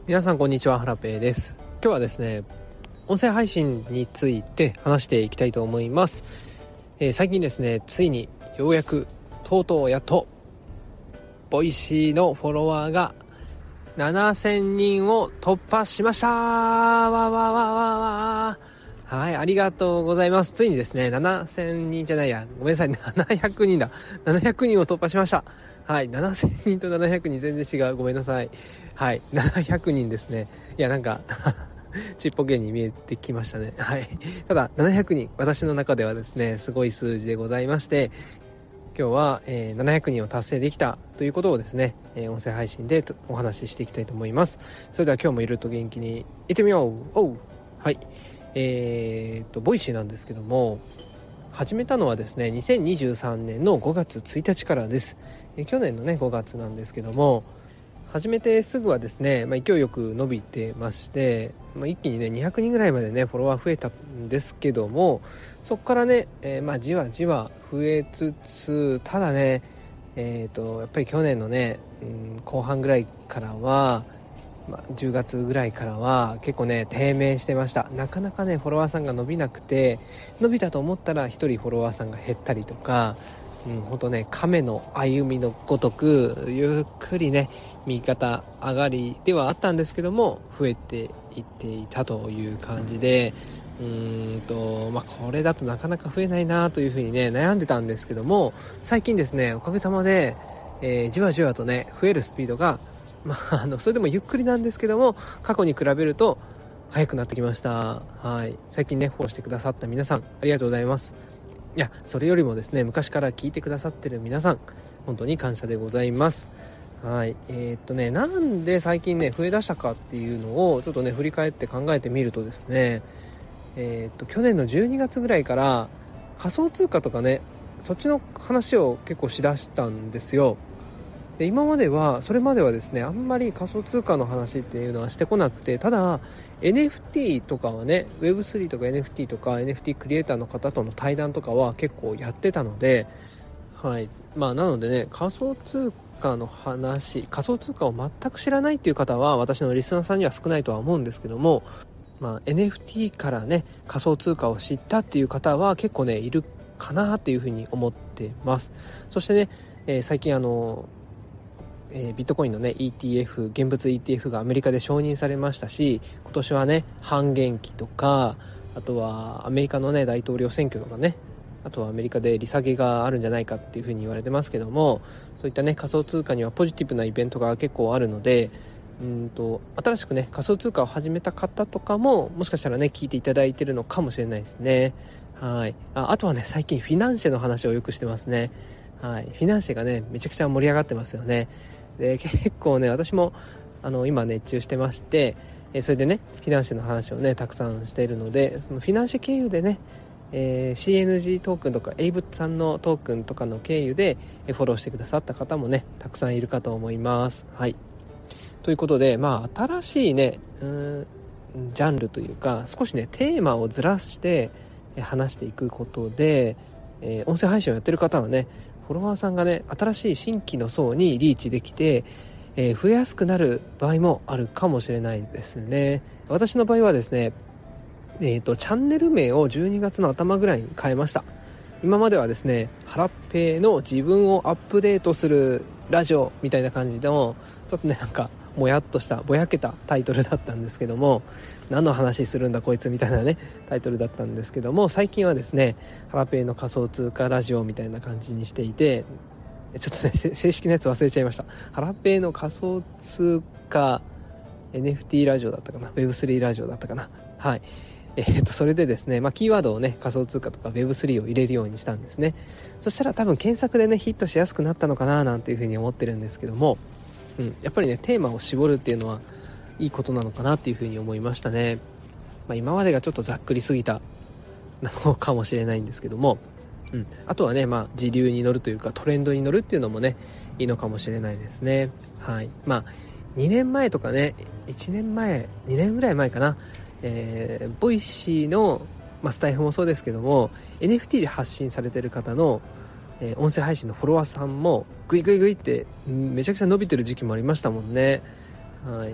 皆さんこんにちは、ハラペーです。今日はですね、音声配信について話していきたいと思います。最近ですね、ついにようやくとうとうやっとボイシーのフォロワーが7000人を突破しました。わわわわわ。はい、ありがとうございます。ついにですね、7000人じゃないや、ごめんなさい、700人だ。700人を突破しました。はい、7000人と700人全然違う。ごめんなさい。はい、700人ですね。いや、なんかちっぽけに見えてきましたね。はい。ただ700人、私の中ではですね、すごい数字でございまして、今日は、700人を達成できたということをですね、音声配信でお話ししていきたいと思います。それでは今日もいると元気にいってみよう。はい。ボイシーなんですけども、始めたのはですね、2023年の5月1日からです。去年のね、5月なんですけども、始めてすぐはですね、勢いよく伸びてまして、一気にね200人ぐらいまでねフォロワー増えたんですけども、そこからね、じわじわ増えつつ、ただねやっぱり去年のね、後半ぐらいからは、10月ぐらいからは結構ね低迷してました。なかなかねフォロワーさんが伸びなくて、伸びたと思ったら1人フォロワーさんが減ったりとか、本当ね亀の歩みのごとくゆっくりね右肩上がりではあったんですけども、増えていっていたという感じで、これだとなかなか増えないなというふうにね悩んでたんですけども、最近ですねおかげさまで、じわじわとね増えるスピードが、それでもゆっくりなんですけども、過去に比べると速くなってきました。はい、最近ねフォローしてくださった皆さんありがとうございます。いや、それよりもですね、昔から聞いてくださってる皆さん、本当に感謝でございます。はい。なんで最近ね、増え出したかっていうのを、ちょっとね、振り返って考えてみるとですね、去年の12月ぐらいから仮想通貨とかね、そっちの話を結構しだしたんですよ。で、それまではですね、あんまり仮想通貨の話っていうのはしてこなくて、ただ NFT とかはね、 Web3 とか NFT とか NFT クリエイターの方との対談とかは結構やってたので、はい、なのでね、仮想通貨の話、仮想通貨を全く知らないっていう方は私のリスナーさんには少ないとは思うんですけども、NFT からね仮想通貨を知ったっていう方は結構ねいるかなっていうふうに思ってます。そしてね、最近ビットコインのね ETF、 現物 ETF がアメリカで承認されましたし、今年はね半減期とか、あとはアメリカのね大統領選挙とかね、あとはアメリカで利下げがあるんじゃないかっていうふうに言われてますけども、そういったね仮想通貨にはポジティブなイベントが結構あるので、新しくね仮想通貨を始めた方とかももしかしたらね聞いていただいてるのかもしれないですね。はい。あとはね最近フィナンシェの話をよくしてますね。はい。フィナンシェがねめちゃくちゃ盛り上がってますよね。で、結構ね私も今熱中してまして、それでねフィナンシェの話をねたくさんしているので、そのフィナンシェ経由でね、CNG トークンとかエイブさんのトークンとかの経由でフォローしてくださった方もねたくさんいるかと思います。はい。ということで、新しいねジャンルというか、少しねテーマをずらして話していくことで、音声配信をやってる方はねフォロワーさんがね新しい新規の層にリーチできて、増えやすくなる場合もあるかもしれないですね。私の場合はですね、チャンネル名を12月の頭ぐらいに変えました。今まではですね、ハラッペーの自分をアップデートするラジオみたいな感じのちょっとねなんかもやっとしたぼやけたタイトルだったんですけども、何の話するんだこいつみたいなねタイトルだったんですけども、最近はですねハラペーの仮想通貨ラジオみたいな感じにしていて、ちょっとね正式なやつ忘れちゃいました。ハラペーの仮想通貨 NFT ラジオだったかな、 Web3 ラジオだったかな。はい。それでですね、キーワードをね仮想通貨とか Web3 を入れるようにしたんですね。そしたら多分検索でねヒットしやすくなったのかななんていうふうに思ってるんですけども、やっぱりねテーマを絞るっていうのはいいことなのかなっていうふうに思いましたね。今までがちょっとざっくりすぎたのかもしれないんですけども、あとはね時流に乗るというかトレンドに乗るっていうのもねいいのかもしれないですね。はい。2年前とかね、1年前2年ぐらい前かな、ボイシーの、スタイフもそうですけども NFT で発信されてる方の、音声配信のフォロワーさんもグイグイグイってめちゃくちゃ伸びてる時期もありましたもんね。はい。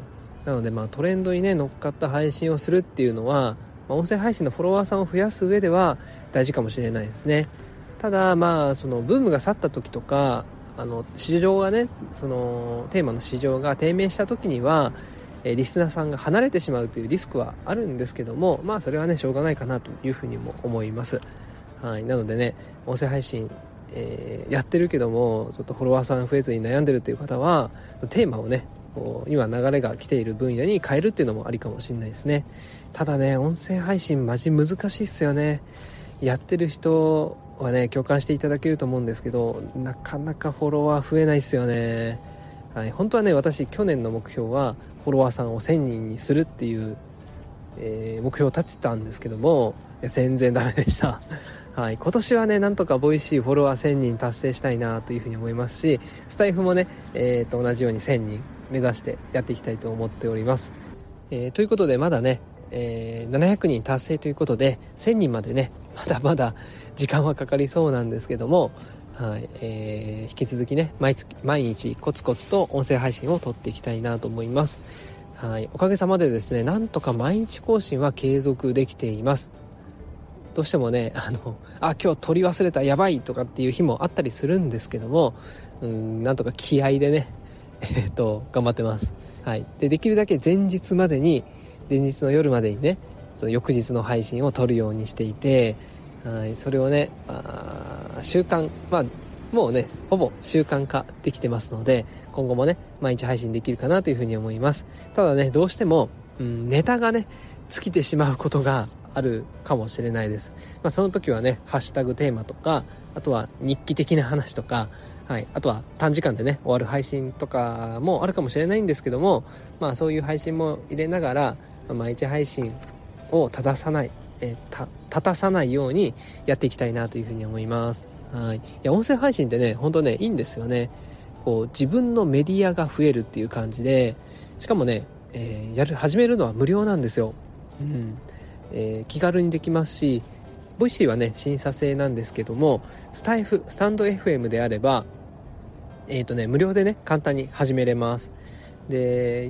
なのでトレンドにね乗っかった配信をするっていうのは、音声配信のフォロワーさんを増やす上では大事かもしれないですね。ただそのブームが去った時とか、市場がね、そのテーマの市場が低迷した時にはリスナーさんが離れてしまうというリスクはあるんですけども、それはねしょうがないかなというふうにも思います。はい、なのでね、音声配信、やってるけどもちょっとフォロワーさん増えずに悩んでるという方は、テーマをね今流れが来ている分野に変えるっていうのもありかもしれないですね。ただね、音声配信マジ難しいっすよね。やってる人はね共感していただけると思うんですけど、なかなかフォロワー増えないっすよね。はい、本当はね、私去年の目標はフォロワーさんを1000人にするっていう、目標を立てたんですけども、全然ダメでした。はい、今年はねなんとかボイシーフォロワー1000人達成したいなというふうに思いますし、スタイフもね、同じように1000人目指してやっていきたいと思っております。ということでまだね、700人達成ということで1000人までねまだまだ時間はかかりそうなんですけども、はい、引き続きね毎日コツコツと音声配信を撮っていきたいなと思います。はい、おかげさまでですね、なんとか毎日更新は継続できています。どうしてもね今日撮り忘れたやばいとかっていう日もあったりするんですけども、なんとか気合でね頑張ってます。はい、できるだけ前日の夜までにねその翌日の配信を撮るようにしていて、はい、それをね、習慣、もうねほぼ習慣化できてますので、今後もね毎日配信できるかなというふうに思います。ただね、どうしても、ネタがね尽きてしまうことがあるかもしれないです。その時はねハッシュタグテーマとか、あとは日記的な話とか、はい、あとは短時間でね終わる配信とかもあるかもしれないんですけども、そういう配信も入れながら、毎日配信を立たさないようにやっていきたいなというふうに思います。はい、いや音声配信ってね本当ねいいんですよね。こう自分のメディアが増えるっていう感じで、しかもね、始めるのは無料なんですよ。気軽にできますし、ボイシーはね審査制なんですけども、スタンド FM であれば無料でね簡単に始めれます。で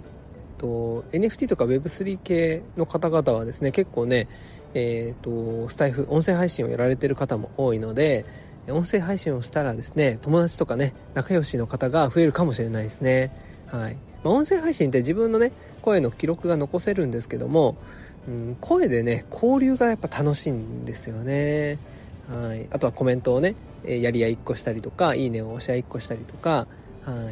NFT とか Web3 系の方々はですね結構ねスタイフ音声配信をやられている方も多いので、音声配信をしたらですね友達とかね仲良しの方が増えるかもしれないですね。はい、音声配信って自分のね声の記録が残せるんですけども、声でね交流がやっぱ楽しいんですよね。はい、あとはコメントをねやり合い1個したりとか、いいねを押し合い1個したりとか、はい、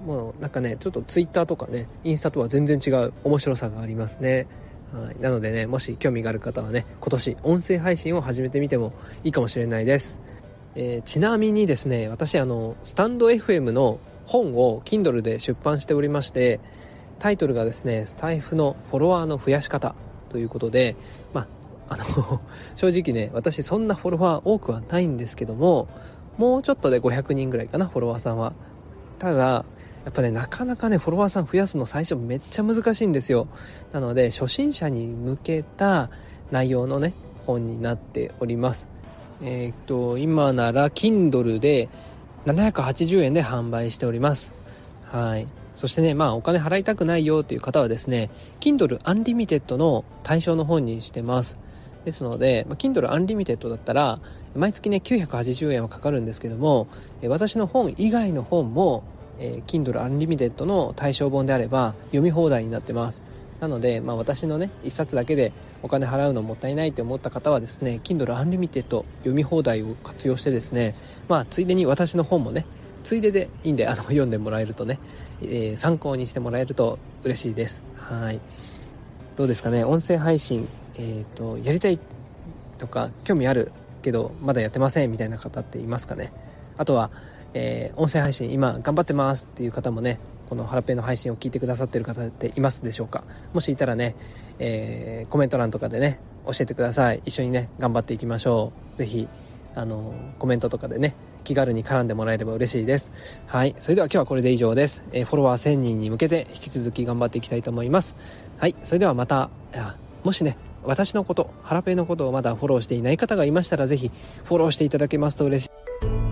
もうなんかねちょっとツイッターとかねインスタとは全然違う面白さがありますね。はい、なのでね、もし興味がある方はね今年音声配信を始めてみてもいいかもしれないです。ちなみにですね、私スタンド FM の本を Kindle で出版しておりまして、タイトルがですねスタイフのフォロワーの増やし方ということで、正直ね私そんなフォロワー多くはないんですけども、もうちょっとで500人ぐらいかな、フォロワーさんは。ただやっぱねなかなかねフォロワーさん増やすの最初めっちゃ難しいんですよ。なので初心者に向けた内容のね本になっております。今なら Kindle で780円で販売しております。はい、そしてねお金払いたくないよという方はですね Kindle Unlimited の対象の本にしてます。ですので、Kindle Unlimited だったら毎月ね980円はかかるんですけども、私の本以外の本も、Kindle Unlimited の対象本であれば読み放題になってます。なので、私のね一冊だけでお金払うのもったいないと思った方はですね Kindle Unlimited 読み放題を活用してですね、ついでに私の本もねついででいいんで読んでもらえるとね、参考にしてもらえると嬉しいです。はい、どうですかね、音声配信、やりたいとか興味あるけどまだやってませんみたいな方っていますかね。あとは、音声配信今頑張ってますっていう方もね、このハラペの配信を聞いてくださってる方っていますでしょうか。もしいたらね、コメント欄とかでね教えてください。一緒にね頑張っていきましょう。ぜひコメントとかでね気軽に絡んでもらえれば嬉しいです。はい、それでは今日はこれで以上です。フォロワー1000人に向けて引き続き頑張っていきたいと思います。はい、それではまた。もしね私のことハラペのことをまだフォローしていない方がいましたら、ぜひフォローしていただけますと嬉しい。